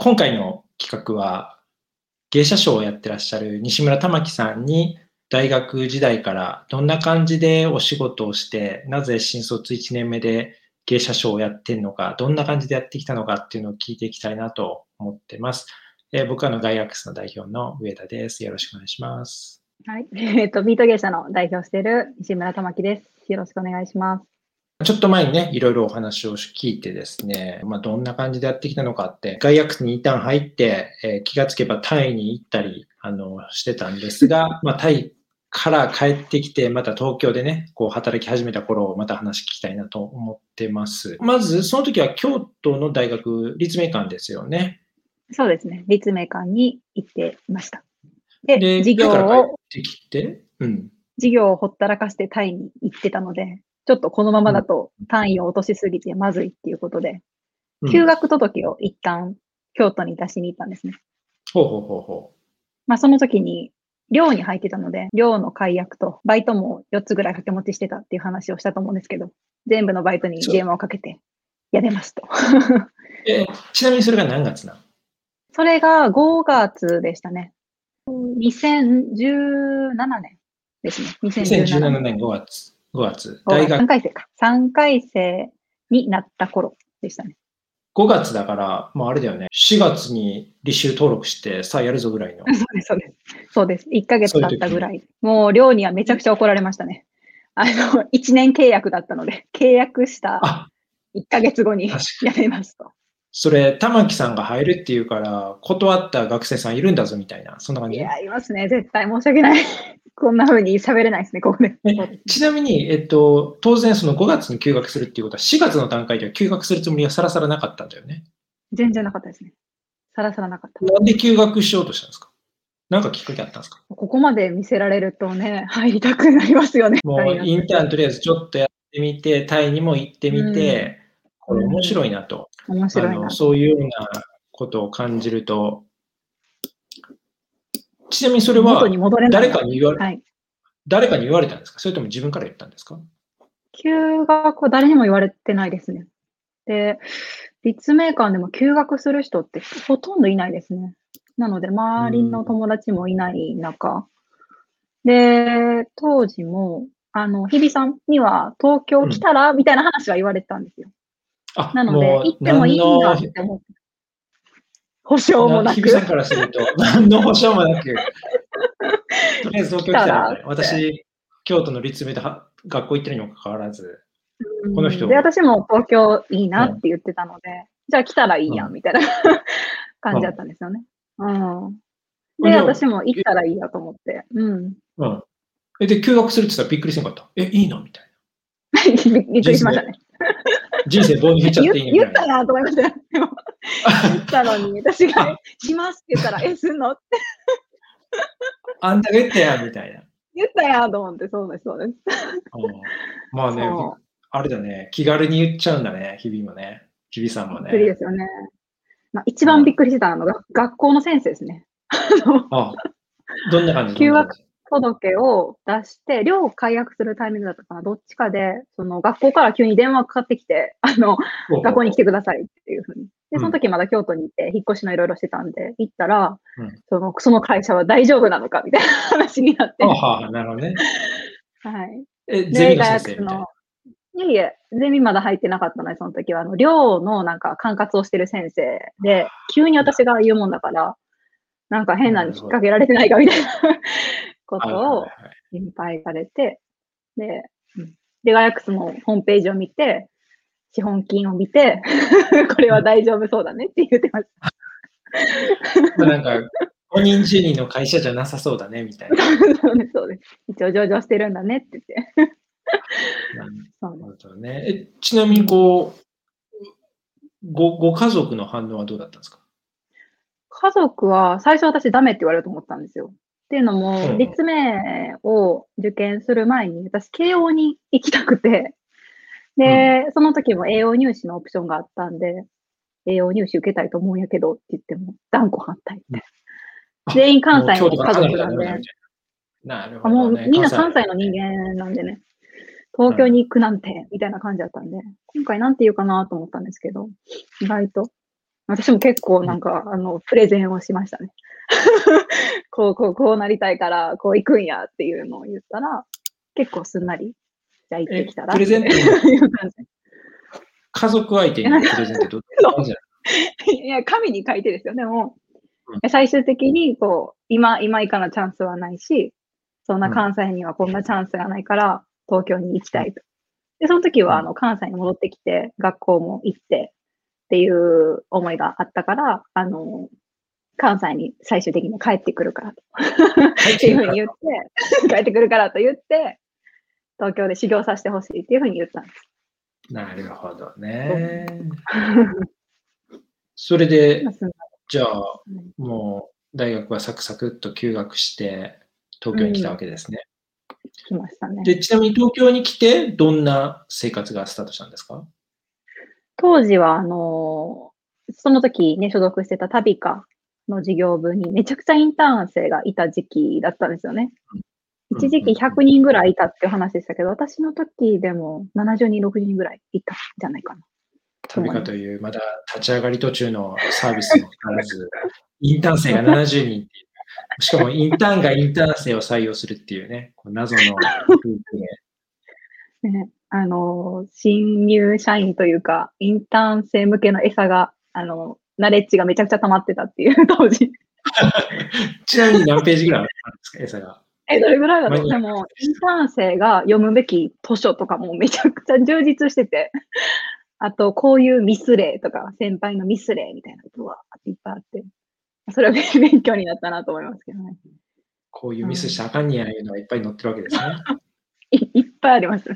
今回の企画は、芸者賞をやってらっしゃる西村玉樹さんに、大学時代からどんな感じでお仕事をして、なぜ新卒1年目で芸者賞をやってるのか、どんな感じでやってきたのかっていうのを聞いていきたいなと思ってます。僕はガイアックスの代表の上田です。よろしくお願いします。 はい。ビート芸者の代表している西村玉樹です。よろしくお願いします。 ちょっと前にね、いろいろお話を聞いてですね、どんな感じでやってきたのかって、ガイアックスに一旦入って、気がつけばタイに行ったり、してたんですが、タイから帰ってきて、また東京でね、こう働き始めた頃をまた話聞きたいなと思ってます。まず、その時は京都の大学、立命館ですよね。 そうですね。立命館に行っていました。で、 タイから帰ってきて、 授業をほったらかしてタイに行ってたので、ちょっとこのままだと単位を落としすぎてまずいっていうことで、休学届を一旦京都に出しに行ったんですね。その時に寮に入ってたので、寮の解約とバイトも4つぐらい掛け持ちしてたっていう話をしたと思うんですけど、全部のバイトに電話をかけて、やれますと。 ちなみにそれが何月なの？ それが5月でしたね。2017年ですね。 2017年5月。 大学3回生か。3回生になった頃でしたね。 5月だから、あれだよね。4月に履修登録して、さあやるぞぐらいの。 そうです。1ヶ月経ったぐらい。もう寮にはめちゃくちゃ怒られましたね。1年契約だったので、契約した1ヶ月後にやめますと。 それ、玉木さんが入るっていうから、断った学生さんいるんだぞみたいな、そんな感じ？ いや、いますね。絶対申し訳ない。こんな風に喋れないですね、ここで。 ちなみに、当然その5月に休学するっていうことは、4月の段階では休学するつもりはさらさらなかったんだよね。 全然なかったですね。さらさらなかった。 なんで休学しようとしたんですか？なんかきっかけあったんですか？ ここまで見せられるとね、入りたくなりますよね。 もうインターンとりあえずちょっとやってみて、タイにも行ってみて、これ面白いなと。 面白いな。 そういうようなことを感じると、ちなみにそれは誰かに言われたんですか？それとも自分から言ったんですか？ 休学は誰にも言われてないですね。で、立命館でも休学する人ってほとんどいないですね。なので、周りの友達もいない中。で、当時も、日比さんには東京来たら、みたいな話は言われてたんですよ。なので、行ってもいいんだって思って。保証もなく。 日比さんからすると、何の保証もなく。とりあえず東京来たら、私、京都の立命で学校行ってるにもかかわらず、この人。 で、私も東京いいなって言ってたので、じゃあ来たらいいやん、みたいな感じだったんですよね。で、私も行ったらいいやと思って。 で、休学するって言ったらびっくりせんかった？いいのみたいな。びっくりしましたね。 人生棒に振っちゃっていいのみたいな。 言ったなと思いましたよ。言ったのに、私がしますって言ったら、すんのって。 あんたが言ったやん、みたいな。 言ったやんと思って、そうです。 まあね、あれだね、気軽に言っちゃうんだね、日々もね。日々さんもね。 びっくりですよね。一番びっくりしてたのが、学校の先生ですね。 どんな感じ？ 休学届を出して、寮を解約するタイミングだったかな、どっちかで、学校から急に電話かかってきて、学校に来てくださいっていうふうに。で、その時まだ京都にいて、引っ越しのいろいろしてたんで、行ったら、その会社は大丈夫なのかみたいな話になって。 なるほどね。 はい。 ゼミの先生みたいな。 いえ、ゼミまだ入ってなかったので、その時は、寮の管轄をしてる先生で、急に私が言うもんだから、変なに引っ掛けられてないかみたいなことを心配されて、で、ガイアックスのホームページを見て、資本金を見て、これは大丈夫そうだねって言ってました。 5人10人の会社じゃなさそうだね、みたいな。 そうです。一応上場してるんだねって言って。 なるほどね。ちなみにご家族の反応はどうだったんですか？ 家族は、最初私ダメって言われると思ったんですよ。っていうのも、立命を受験する前に、私、慶応に行きたくて、で、その時も栄養入試のオプションがあったんで、栄養入試受けたいと思うんやけどって言っても、断固反対って。全員関西の家族なんで、もうみんな関西の人間なんでね、東京に行くなんて、みたいな感じだったんで、今回なんて言うかなと思ったんですけど、意外と私も結構なんか、プレゼンをしましたね。こうなりたいから、こう行くんやっていうのを言ったら、結構すんなり、じゃあ行ってきたらプレゼンっていう感じ。 家族相手にプレゼンってどういう感じないや、紙に書いてですよ。でも、 うん最終的に、今以下のチャンスはないし、そんなうん関西にはこんなチャンスがないから、東京に行きたうんいと。で、その時は、 うん関西に戻ってきて、学校も行ってっていう思いがあったから、関西に最終的に帰ってくるからと。っていうふうに言って、帰ってくるからと言って、東京で修行させてほしいっていうふうに言ったんです。 なるほどね。それで、じゃあ、もう大学はサクサクっと休学して東京に来たわけですね。 来ましたね。 で、ちなみに東京に来てどんな生活がスタートしたんですか？ 当時は、その時ね、所属してたタビカの事業部にめちゃくちゃインターン生がいた時期だったんですよね。一時期100人ぐらいいたっていう話でしたけど、私の時でも70人、60人ぐらいいたんじゃないかな。 タビカというまだ立ち上がり途中のサービスにもかかわらず、インターン生が70人っていう。しかもインターンがインターン生を採用するっていうね、謎のループで。 ね、新入社員というか、インターン生向けの餌が、ナレッジがめちゃくちゃ溜まってたっていう、当時。 ちなみに何ページぐらいあったんですか、餌が。 どれぐらいだろう。でも、インターン生が読むべき図書とかもめちゃくちゃ充実してて、あと、こういうミス例とか、先輩のミス例みたいなことがいっぱいあって、それは勉強になったなと思いますけどね。 こういうミスしたらあかんねやいうのがいっぱい載ってるわけですね。 いっぱいあります。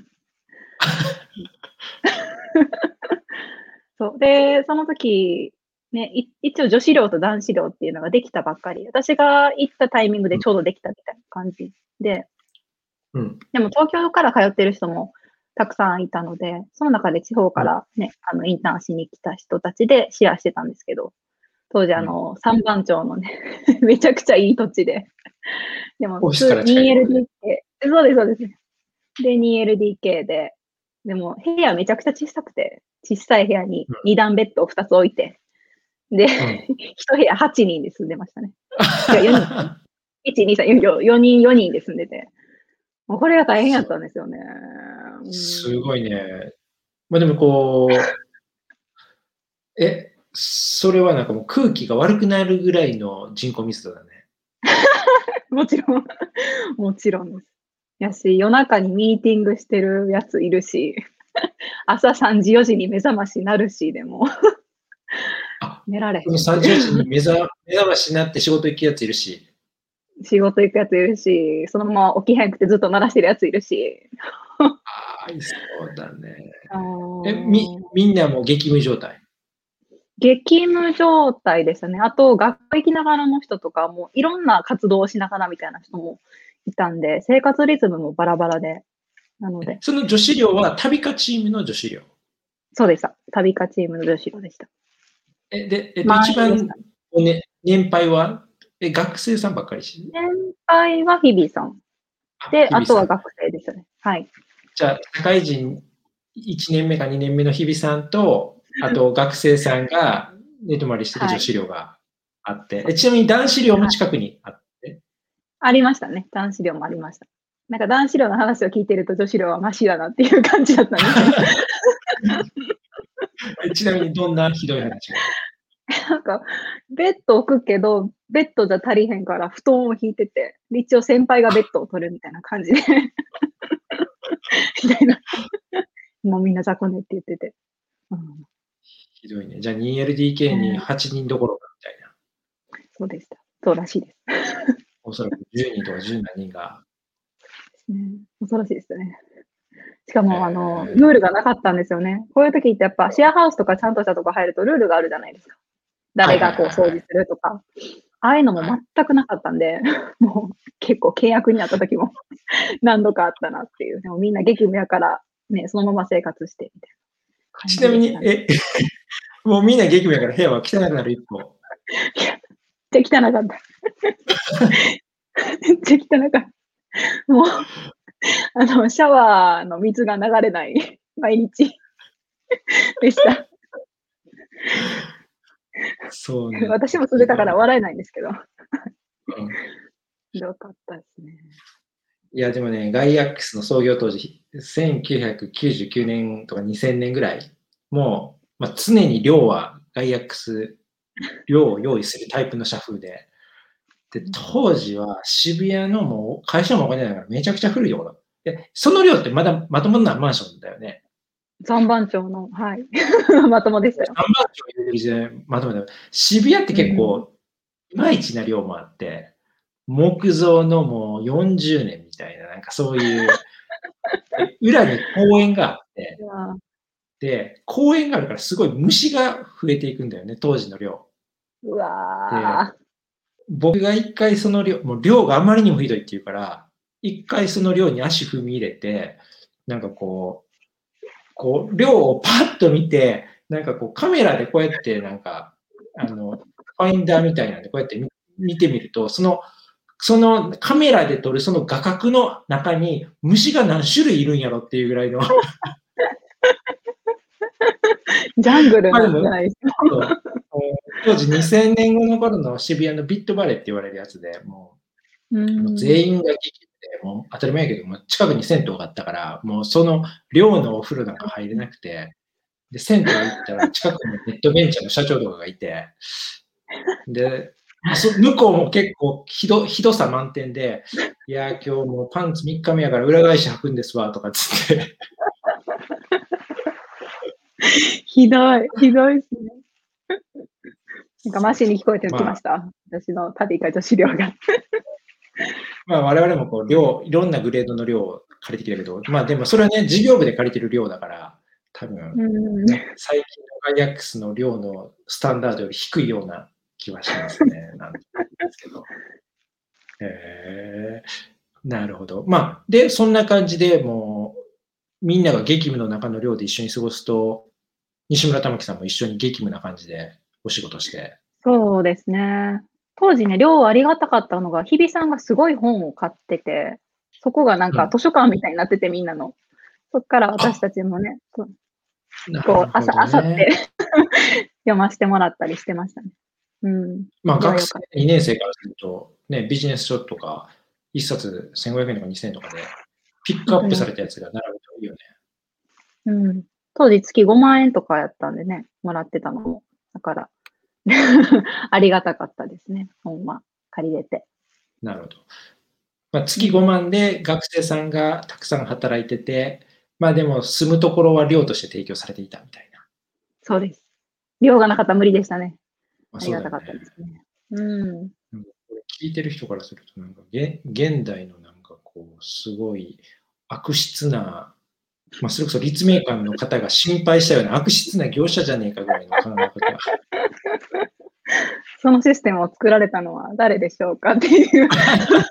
そう。で、その時、ね、一応女子寮と男子寮っていうのができたばっかり。私が行ったタイミングでちょうどできたみたいな感じで、でも東京から通ってる人もたくさんいたので、その中で地方からね、インターンしに来た人たちでシェアしてたんですけど、当時三番町のね、めちゃくちゃいい土地で、でもオフィスから近いところ 2LDK、そうです、そうです。で、2LDK で、でも部屋めちゃくちゃ小さくて、小さい部屋に2段ベッドを2つ置いて、で、一部屋8人で住んでましたね。いや、4人。1、2、3、4人で住んでて。もうこれが大変やったんですよね。 すごいね。まあでもそれはなんかもう空気が悪くなるぐらいの人口密度だね。 もちろん、もちろんです。やし、夜中にミーティングしてるやついるし、朝3時、4時に目覚ましなるし、でも寝られへん。 その3時、4時に目覚ましになって仕事行くやついるし。 仕事行くやついるし、そのまま起きへんくてずっと鳴らしてるやついるし。 そうだね。 みんなもう激務状態？ 激務状態でしたね。あと、学校行きながらの人とかも、いろんな活動をしながらみたいな人もいたんで、生活リズムもバラバラで。なので。 その女子寮は旅課チームの女子寮？ そうでした。旅課チームの女子寮でした。 一番、年配は学生さんばっかりし？ 年配は日々さん。で、あとは学生でしたね。はい。 じゃあ、社会人1年目か2年目の日々さんと、あと学生さんが寝泊まりしてる女子寮があって、ちなみに男子寮も近くにあって？ ありましたね。男子寮もありました。なんか男子寮の話を聞いてると女子寮はマシだなっていう感じだったんですちなみにどんなひどい話が？ なんか、ベッド置くけど、ベッドじゃ足りへんから布団を引いてて、一応先輩がベッドを取るみたいな感じでみたいな。もうみんな雑魚寝って言ってて。 ひどいね。じゃあ 2LDK に8人どころかみたいな。 そうでした。そうらしいです。 おそらく10人とか10何人が。 恐ろしいですよね。しかも、ルールがなかったんですよね。こういう時ってやっぱシェアハウスとかちゃんとしたとこ入るとルールがあるじゃないですか。誰が掃除するとか。ああいうのも全くなかったんで、もう結構契約になった時も何度かあったなっていう。でもみんな激務やからね、そのまま生活してみたいな。ちなみに、もうみんな激務やから部屋は汚くなる一方。 めっちゃ汚かった。めっちゃ汚かった。もう、シャワーの水が流れない毎日でした。 そうね。 私も住んでたから笑えないんですけど。 うんひどかったですね。 いや、でもね、ガイアックスの創業当時、1999年とか2000年ぐらい、もう、まあ、常に量はガイアックス、量を用意するタイプの社風で、で、当時は渋谷のもう会社もお金ないからめちゃくちゃ古いところ。で、その量ってまだまともなマンションだよね。 残番町の、はい。まともでしたよ。 3番町入れてる時代まともだよ。渋谷って結うん。 構、いまいちな量もあって、木造のもう40年みたいな、なんかそういう、で裏に公園があって、 うわで、公園があるからすごい虫が増えていくんだよね、当時の量。 うで、 わ僕が一回その量、もう量があまりにもひどいっていうから、一回その量に足踏み入れて、なんかこう、量をパッと見て、なんかこうカメラでこうやってなんか、ファインダーみたいなんでこうやって見てみると、そのカメラで撮るその画角の中に虫が何種類いるんやろっていうぐらいのジャングルまあでも、 なんじゃないですか。 そう当時2000年後の頃の渋谷のビットバレーって言われるやつで、 うん。 全員が激務で、もう当たり前やけど、もう近くに銭湯があったから、もうその寮のお風呂なんか入れなくて、で、銭湯行ったら近くにネットベンチャーの社長とかがいて、で、向こうも結構ひどさ満点で、いや、今日もうパンツ3日目やから裏返し履くんですわ、とかつって。 ひどい、ひどいですね。なんかマシに聞こえてきまあ、 ました。私の旅か女子寮が。 まあ我々もこういろんなグレードの量を借りてきたけど、まあでもそれはね、事業部で借りてる量だから、多分うん。 ね、最近のガイアックスの量のスタンダードより低いような気はしますね。なんですけど。なるほど。まあ、で、そんな感じでもう、みんなが激務の中の寮で一緒に過ごすと、西村玉樹さんも一緒に激務な感じでお仕事して。 そうですね。当時ね、寮ありがたかったのが、日比さんがすごい本を買ってて、そこがなんうん。 か図書館みたいになってて、みんなの。そっから私あ、 たちもね、 なこう、 るほどあさってね。 読ませてもらったりしてましたね。うん。 まあ、学生あれはよかった。 2年生からすると、ね、ビジネス書とか、1冊1500円とか2000円とかで、ピックアップさ本当に。 れたやつが並ぶといいよね。 うん。当時月5万円とかやったんでね、もらってたのも。だから、ありがたかったですね。本は借りれて。 なるほど。まあ、月うん。 5万で学生さんがたくさん働いてて、まあでも住むところは寮として提供されていたみたいな。 そうです。量がなかったら無理でしたね。 まあ、 ありがたかったそうだよね。 ですね。うん。 なんかこれ聞いてる人からすると、なんか現代のなんかこう、すごい悪質な、まあ、それこそ立命館の方が心配したような悪質な業者じゃねえかぐらいの考え方。 そのシステムを作られたのは誰でしょうかっていう。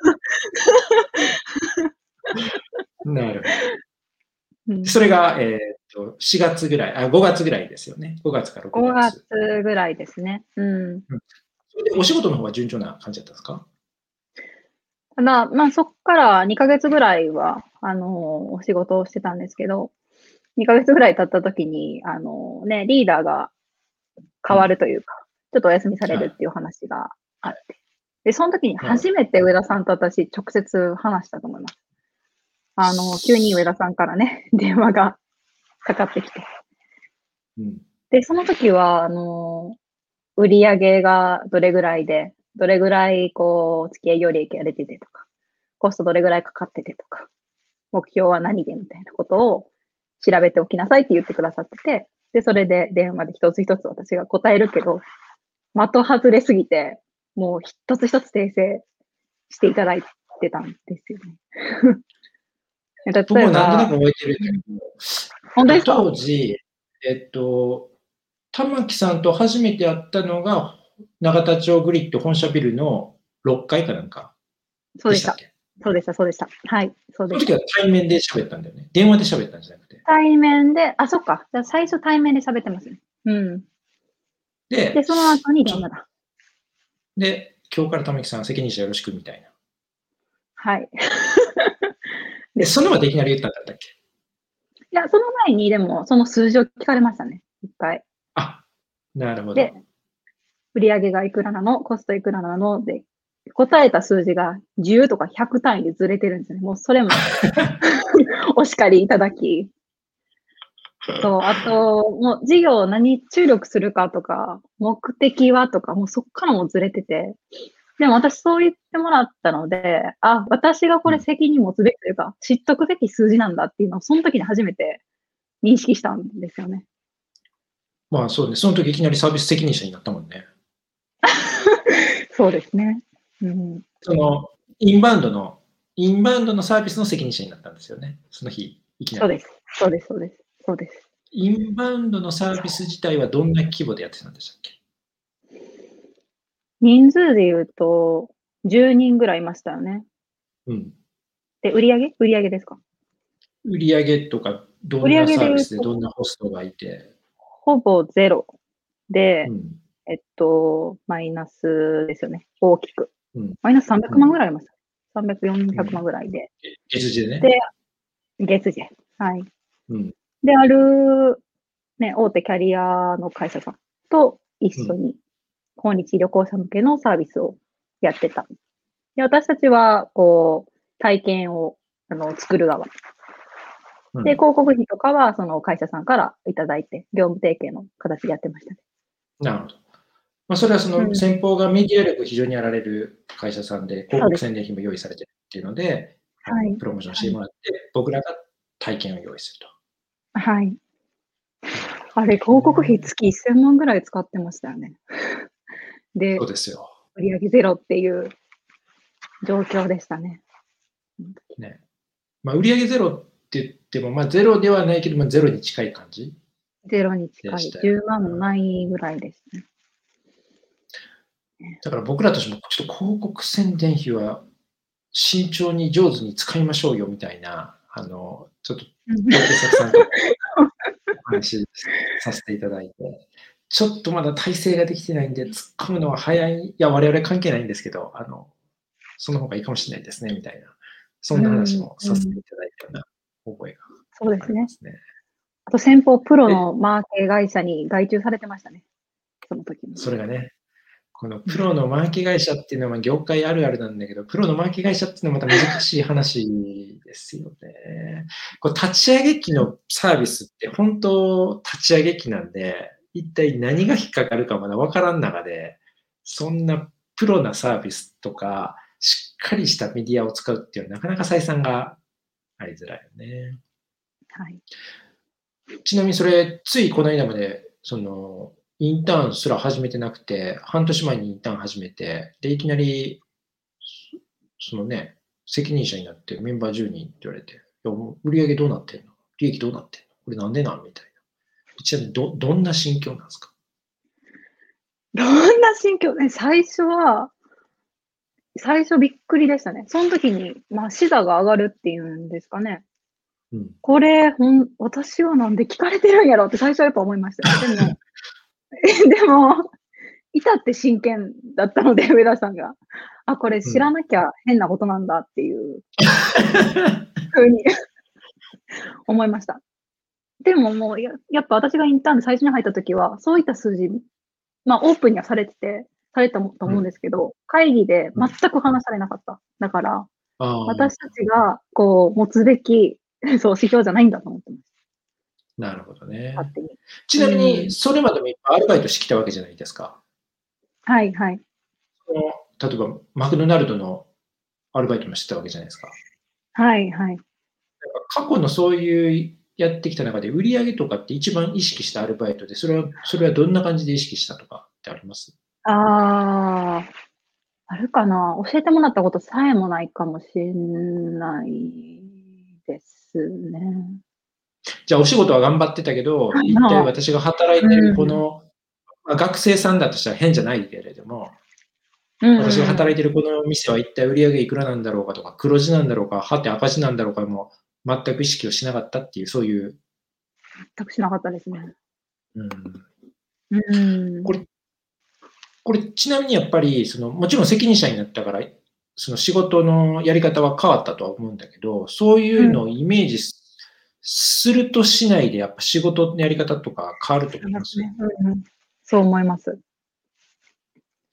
なるほど。 うん、 それが、4月ぐらい、5月ぐらいですよね。5月か6 5 月。 月ぐらいですね。うん。 うん。それでお仕事の方は順調な感じだったんですか？ ただ、まあそっから2ヶ月ぐらいは、お仕事をしてたんですけど、2ヶ月ぐらい経った時に、ね、リーダーが変わうん。 るというか、ちょっとお休みされはい。 るっていう話があって。で、その時になるほど。 初めて上田さんと私直接話したと思います。急に上田さんからね、電話がかかってきて。 うん。 で、その時は、売り上げがどれぐらいで、どれぐらい、こう、月営業利益が出ててとか、コストどれぐらいかかっててとか、目標は何でみたいなことを調べておきなさいって言ってくださってて、で、それで電話で一つ一つ私が答えるけど、的外れすぎて、もう一つ一つ訂正していただいてたんですよね。例僕もなんとなくえば、 覚えてるけど、 本当ですか？ 当時、えっと、玉木さんと初めて会ったのが、永田町グリッド本社ビルの6階かなんかそうでした。 でしたっけ？ そうでした、そうでした。はい、そうでした。 その時は対面で喋ったんだよね。電話で喋ったんじゃなくて。 対面で、あ、そっか。じゃあ最初対面で喋ってますね。うん。で、 で、 その後にちょ電話だ。 今日から玉木さん責任者よろしくみたいな。 はい。 で、 です。 その場でいきなり言ったんだったっけ？ いや、その前にでも、その数字を聞かれましたね。一回。 あ、なるほで、 ど。 売上がいくらなの、コストいくらなので、答えた数字が10とか100単位でずれてるんですよね。もうそれもお叱りいただき。そう、あと、もう事業を何注力するかとか、目的はとか、もうそっからもずれてて。でも私そう言ってもらったので、あ、私がこれ責任持つべきというか、知っとくべき数字なんだっていうのを、その時に初めて認識したんですよね。 まあそうね、その時いきなりサービス責任者になったもんね。 そうですね。うん、 その、インバウンドのサービスの責任者になったんですよね。その日、いきなり。 そうです。そうです、そうです。そうです。 インバウンドのサービス自体はどんな規模でやってたんでしたっけ？ 人数で言うと、10人ぐらいいましたよね。 うん。 で、売上ですか？ 売上とか、どんな売上でサービスで言うと、 どんなホストがいて。 ほぼゼロで、 うん。 マイナスですよね。大きく。 うん。 マイナス300 うん。 万ぐらいありました。300、400 うん。 万ぐらいで。 月次でね。 で、月次。はい。 うん。 で、ある、ね、大手キャリアの会社さんと一うん。 緒に、訪日旅行者向けのサービスをやってた。で、私たちは、こう、体験を、作る側。で、 うん。 広告費とかは、その会社さんからいただいて、業務提携の形でやってましたね。 なるほど。まあ、それはそのうん。 先方がメディア力非常にやられる会社さんで、広そうです。 告宣伝費も用意されてるっていうので、 はい。 プロモーションしはい。 てもらって、僕らが体験を用意するはい。 と。なるほあれ、 ど広告費ね。 月1000万ぐらい使ってましたよね。で、 そうですよ。 売上ゼロっていう状況でしたね。 ね。まあ、売上ゼロって言っても、まあ、ゼロではないけど、まあ、ゼロに近い感じゼロに近い。 でしたよ。 10万もうん、 ないぐらいですね。 だから僕らとしても、ちょっと広告宣伝費は慎重に上手に使いましょうよみたいな、ちょっとうん。 提携先さんとお話しさせていただいて、ちょっとまだ体制ができてないんで、突っ込むのは早い、いや、我々関係ないんですけど、その方がいいかもしれないですね、みたいな、そんな話うん、 もさせてうん。 いただいたような覚えがそうですね。 ありますね。 あと先方プロえ、 のマーケ会社に外注されてましたね。その時も。 それがね、このうん。 プロのマーケ会社っていうのは業界あるあるなんだけど、プロのマーケ会社っていうのはまた難しい話ですよね。こう立ち上げ期のサービスって本当立ち上げ期なんで、一体何が引っかかるかまだわからん中で、そんなプロなサービスとか、しっかりしたメディアを使うっていうのはなかなか採算がありづらいよね。 はい。 ちなみにそれ、ついこの間まで、インターンすら始めてなくて、半年前にインターン始めて、で、いきなり、そのね、責任者になってメンバー10人って言われて、いや、もう売り上げどうなってんの？利益どうなってんの？これなんでなんみたいな。ちなみにどんな心境なんですか？ どんな心境ね、最初びっくりでしたね。その時に、まあ、視座が上がるっていうんですかね。 うん。 これ、私はなんで聞かれてるんやろって最初はやっぱ思いましたよ。でも、でも、至って真剣だったので、上田さんが。あ、これうん。 知らなきゃ変なことなんだっていう風に思いました。でももう、やっぱ私がインターンで最初に入った時は、そういった数字、まあ、オープンにはされたと思うんでうん。 すけど、会議でうん。 全く話されなかった。だから、 ああ、 私たちがこう持つべき、そう、指標じゃないんだと思ってます。 なるほどね。 勝手に。 ちなみうん。 に、それまでもいっぱいアルバイトしてきたわけじゃないですか。 はいはい。 その例えば、マクドナルドのアルバイトもしてたわけじゃないですか。 はいはい。 過去のそういうやってきた中で、売り上げとかって一番意識したアルバイトで、それはどんな感じで意識したとかってあります？ ああ、あるかな。教えてもらったことさえもないかもしれないですね。 じゃあお仕事は頑張ってたけど、一体まあ、 私が働いているこうん。 の、学生さんだとしたら変じゃないけれども、 うん私がうんうん。 働いているこの店は一体売り上げいくらなんだろうかとか、黒字なんだろうか、はて赤字なんだろうかも全く意識をしなかったっていう、そういう、 全くしなかったですね。 うん。 うん。 これこれちなみにやっぱり、もちろん責任者になったから、その仕事のやり方は変わったとは思うんだけど、そういうん。 うのをイメージするとしないで、やっぱ仕事のやり方とか変わるとしますね。 思います？ うんうん。そう思います。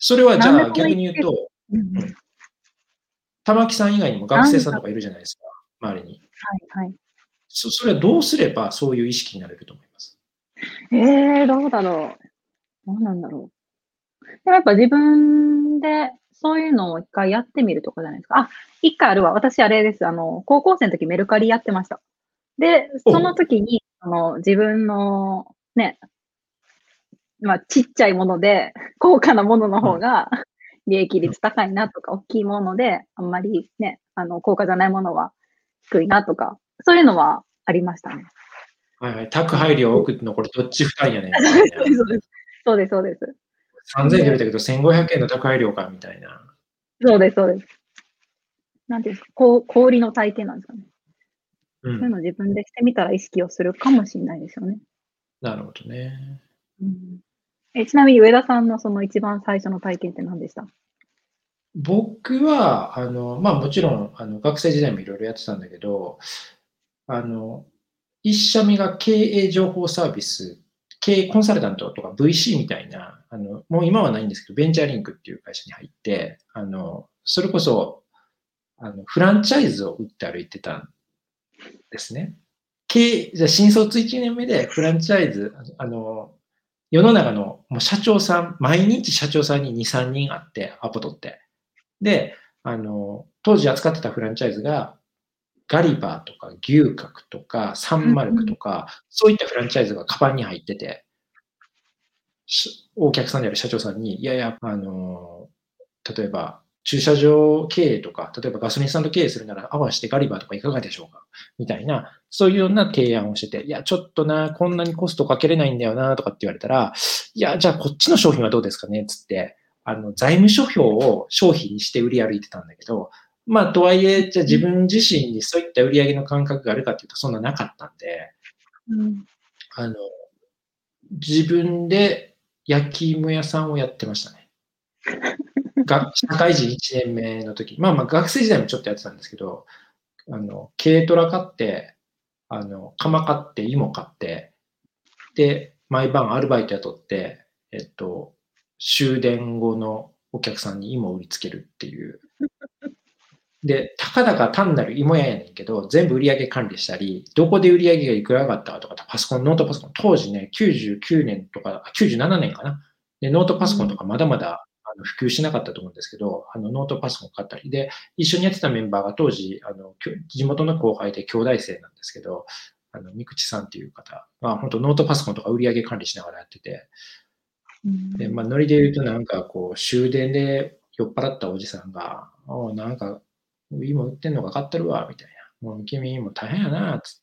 それはじなんでゃあ逆その一定、 に言うと、 うんうん、 玉木さん以外にも学なんか、 生さんとかいるじゃないですか、周りに。 はいはい。 それはどうすればそういう意識になれると思います？ どうだろう。どうなんだろう。でもやっぱ自分でそういうのを一回やってみるとかじゃないですか。あ、一回あるわ。私あれです。高校生の時メルカリやってました。で、そのお時に、自分のね、まあ、ちっちゃいもので、高価なもののうん。 方が利益うん。 率高いなとか、大きいもので、あんまりね、高価じゃないものは低いなとか、そういうのはありましたね。 はいはい。宅配料送ってのこれどっち負担やねんみたいな。 そうです。そうですそうです。そうです。 3000円で売れで、 たけど1500円の宅配料かみたいな。 そうですそうです。なんていうんですか、氷の体験なんですかね。そういううん。 のを自分でしてみたら意識をするかもしれないですよね。 なるほどね。 うん。ちなみに上田さんのその一番最初の体験って何でした？ 僕は、まあもちろん、学生時代もいろいろやってたんだけど、あの、一社目が経営情報サービス、経営コンサルタントとか VC みたいな、もう今はないんですけど、ベンチャーリンクっていう会社に入って、それこそ、フランチャイズを売って歩いてたんですね。じゃあ新卒1年目でフランチャイズ、世の中のもう社長さん、毎日社長さんに2、3人あって、アポ取って。で、当時扱ってたフランチャイズが、ガリバーとか牛角とかサンマルクうんうん。 とか、そういったフランチャイズがカバンに入ってて、お客さんである社長さんに、いやいや、例えば、駐車場経営とか、例えばガソリンスタンド経営するなら合わせてガリバーとかいかがでしょうかみたいな、そういうような提案をしてて、いや、ちょっとな、こんなにコストかけれないんだよな、とかって言われたら、いや、じゃあこっちの商品はどうですかねつって、財務諸表を商品にして売り歩いてたんだけど、まあ、とはいえ、じゃあ自分自身にそういった売り上げの感覚があるかっていうと、そんななかったんで、 うん。 あの、自分で焼き芋屋さんをやってましたね。社会人1年目の時、まあまあ学生時代もちょっとやってたんですけど、軽トラ買って、釜買って、芋買って、で、毎晩アルバイト雇って、終電後のお客さんに芋を売りつけるっていう。で、たかだか単なる芋屋やねんけど、全部売り上げ管理したり、どこで売り上げがいくら上がったかとか、パソコン、ノートパソコン、当時ね、99年とか、97年かな。で、ノートパソコンとかまだまだ普及しなかったと思うんですけど、ノートパソコン買ったり、で、一緒にやってたメンバーが当時、地元の後輩で兄弟生なんですけど、三口さんっていう方が、本当ノートパソコンとか売り上げ管理しながらやってて、 うで、まあ、 ん。 ノリで言うとなんかこう、終電で酔っ払ったおじさんが、なんか、今売ってんのか買ってるわ、みたいな。もう君も大変やな、つって。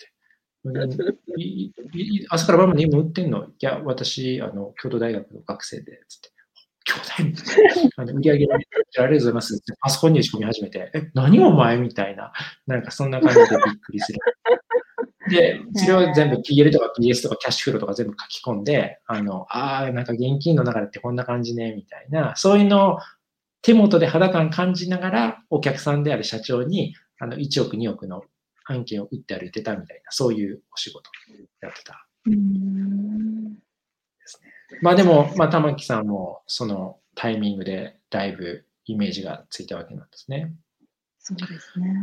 朝から晩まで今売ってんのいや、私、京都大学の学生で、つって。京大みたいな。売り上げありがとうございます。パソコンに打ち込み始めて、何お前みたいな。なんかそんな感じでびっくりする。で、それを全部 PL とか PS とかキャッシュフローとか全部書き込んで、なんか現金の流れってこんな感じね、みたいな、そういうのを手元で肌感感じながら、お客さんである社長に、1億、2億の案件を売って歩いてたみたいな、そういうお仕事やってたうん。 ですね。まあでも、まあ、玉木さんも、そのタイミングでだいぶイメージがついたわけなんですね。 そうですね。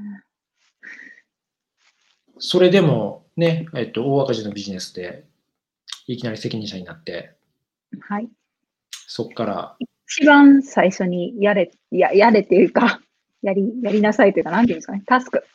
それでもね、大赤字のビジネスで、いきなり責任者になって、 はい。 そこから一番最初にやれっていうか、やりなさいというか、なんていうんですかね、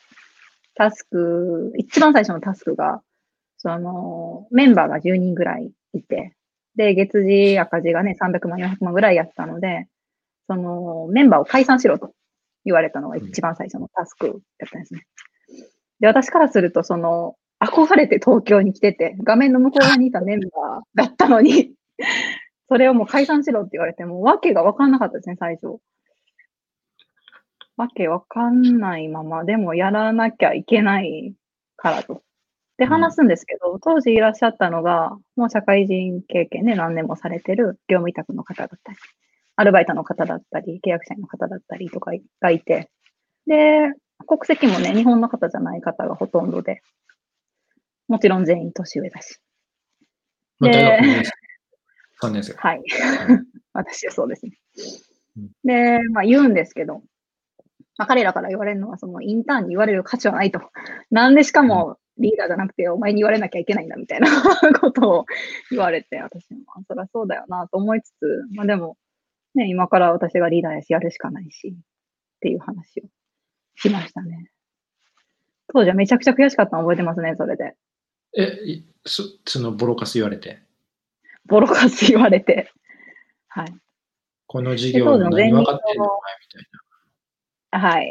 一番最初のタスクが、メンバーが10人ぐらいいて、で、月次赤字がね、300万、400万ぐらいやったので、メンバーを解散しろと言われたのが一番最初のタスクだったんですね。で、私からすると、憧れて東京に来てて、画面の向こう側にいたメンバーだったのに、それをもう解散しろって言われても、わけがわかんなかったですね、最初。わけわかんないまま、でもやらなきゃいけないからと。で、 うん、 話すんですけど、当時いらっしゃったのが、もう社会人経験で何年もされてる業務委託の方だったり、アルバイトの方だったり、契約社員の方だったりとかがいて、で、国籍もね、日本の方じゃない方がほとんどで、もちろん全員年上だし。 まあ、大で、 学2年生、3年生か。 はい。 うん、 私はそうですね。 で、まあ言うんですけど、まあ彼らから言われるのは、そのインターンに言われる価値はないと。なんでしかもリーダーじゃなくてお前に言われなきゃいけないんだみたいなことを言われて、私も、そりゃそうだよなと思いつつ、まあでも、ね、今から私がリーダーやしやるしかないし、っていう話をしましたね。当時はめちゃくちゃ悔しかったの覚えてますね、それで。 そのボロカス言われて。 ボロカス言われて。はい。 この授業の何分かってんのお前みたいな。はい。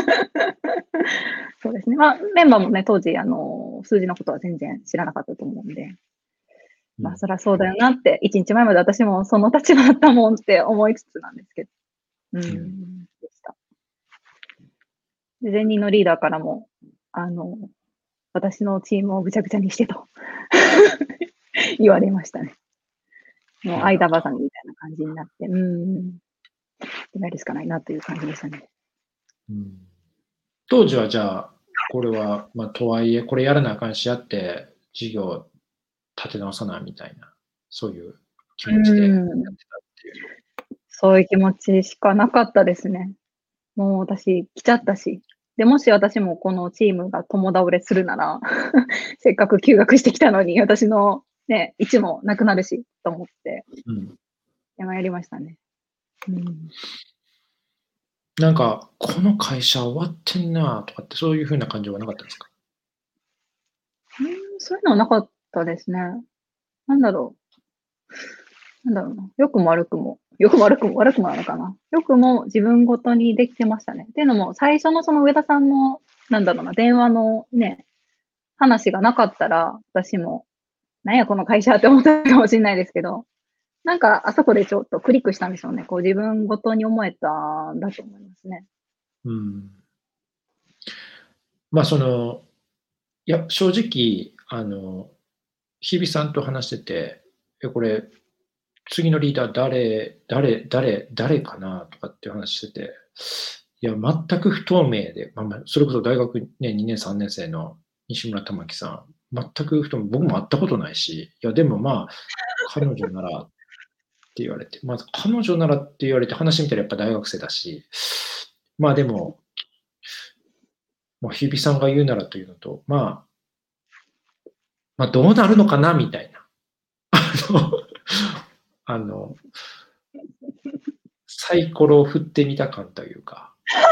そうですね。まあ、メンバーもね、当時、数字のことは全然知らなかったと思うんで、まあ、そりゃそうだよなって、1日前まで私もその立場だったもんって思いつつなんですけど。でした。で、前任のリーダーからも、私のチームをぐちゃぐちゃにしてと言われましたね。もう間挟みみたいな感じになって、やるしかないなという感じでしたね。 当時はじゃあ、これは、まあ、とはいえ、これやらなあかんしやって、授業立て直さなみたいな、そういう気持ちでやってたっていう。 そういう気持ちしかなかったですね。もう私来ちゃったし。で、もし私もこのチームが共倒れするなら、せっかく休学してきたのに、私のね、位置もなくなるし、と思って、やりましたね。 なんか、この会社終わってんなとかって、そういう風な感情はなかったですか？ そういうのはなかったですね。なんだろうな。良くも悪くも悪くもなのかな。良くも自分ごとにできてましたね。っていうのも、最初のその上田さんの、電話のね、話がなかったら、私も、なんやこの会社って思ったかもしれないですけど、なんかあそこでちょっとクリックしたんでしょうね。こう自分ごとに思えたんだと思いますね。 まあいや、正直、日比さんと話してて、これ、次のリーダー誰かなとかっていう話してて、いや、全く不透明で、それこそ大学、ね、2年、3年生の西村玉樹さん、全く不透明、僕も会ったことないし、いや、でもまあ、彼女ならって言われて、まず彼女ならって言われて話見たらやっぱ大学生だし、まあでも、日比さんが言うならというのと、まあどうなるのかなみたいな。サイコロを振ってみた感というか。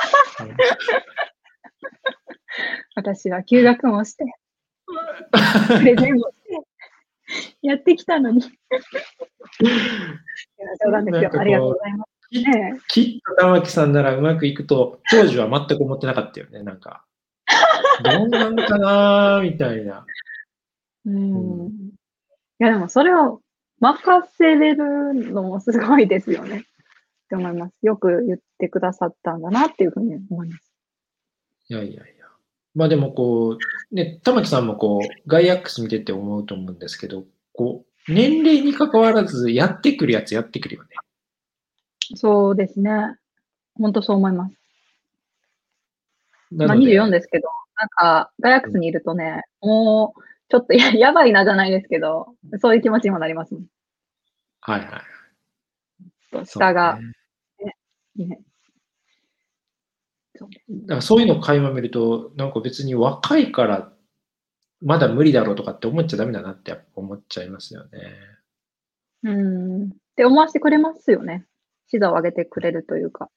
私は休学もして、プレゼンもして、やってきたのに。冗談ですよ。ありがとうございます。 きっと玉木さんならうまくいくと、当時は全く思ってなかったよね、なんか。どうなんかなみたいな。 いや、でもそれを任せれるのもすごいですよね。って思います。よく言ってくださったんだなっていうふうに思います。 いや。まあでもね、玉木さんもガイアックス見てて思うと思うんですけど、年齢に関わらずやってくるやつやってくるよね。 そうですね。本当そう思います。24ですけど、なんか、ガイアックスにいるとね、もう、ちょっとやばいなじゃないですけど、そういう気持ちにもなりますもん。 はい。 下が、ね。 だからそういうのを垣間見ると、なんか別に若いからまだ無理だろうとかって思っちゃダメだなってやっぱ思っちゃいますよね。 って思わせてくれますよね。視座を上げてくれるというか。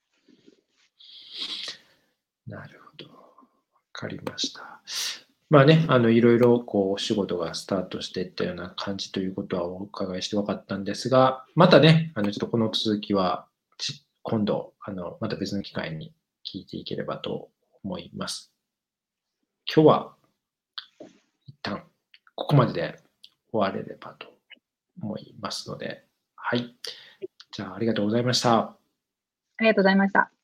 なるほど。わかりました。まあね、いろいろお仕事がスタートしていったような感じということはお伺いして分かったんですが、またね、ちょっとこの続きは今度、また別の機会に聞いていければと思います。今日は一旦ここまでで終われればと思いますので、はい。じゃあ、ありがとうございました。 ありがとうございました。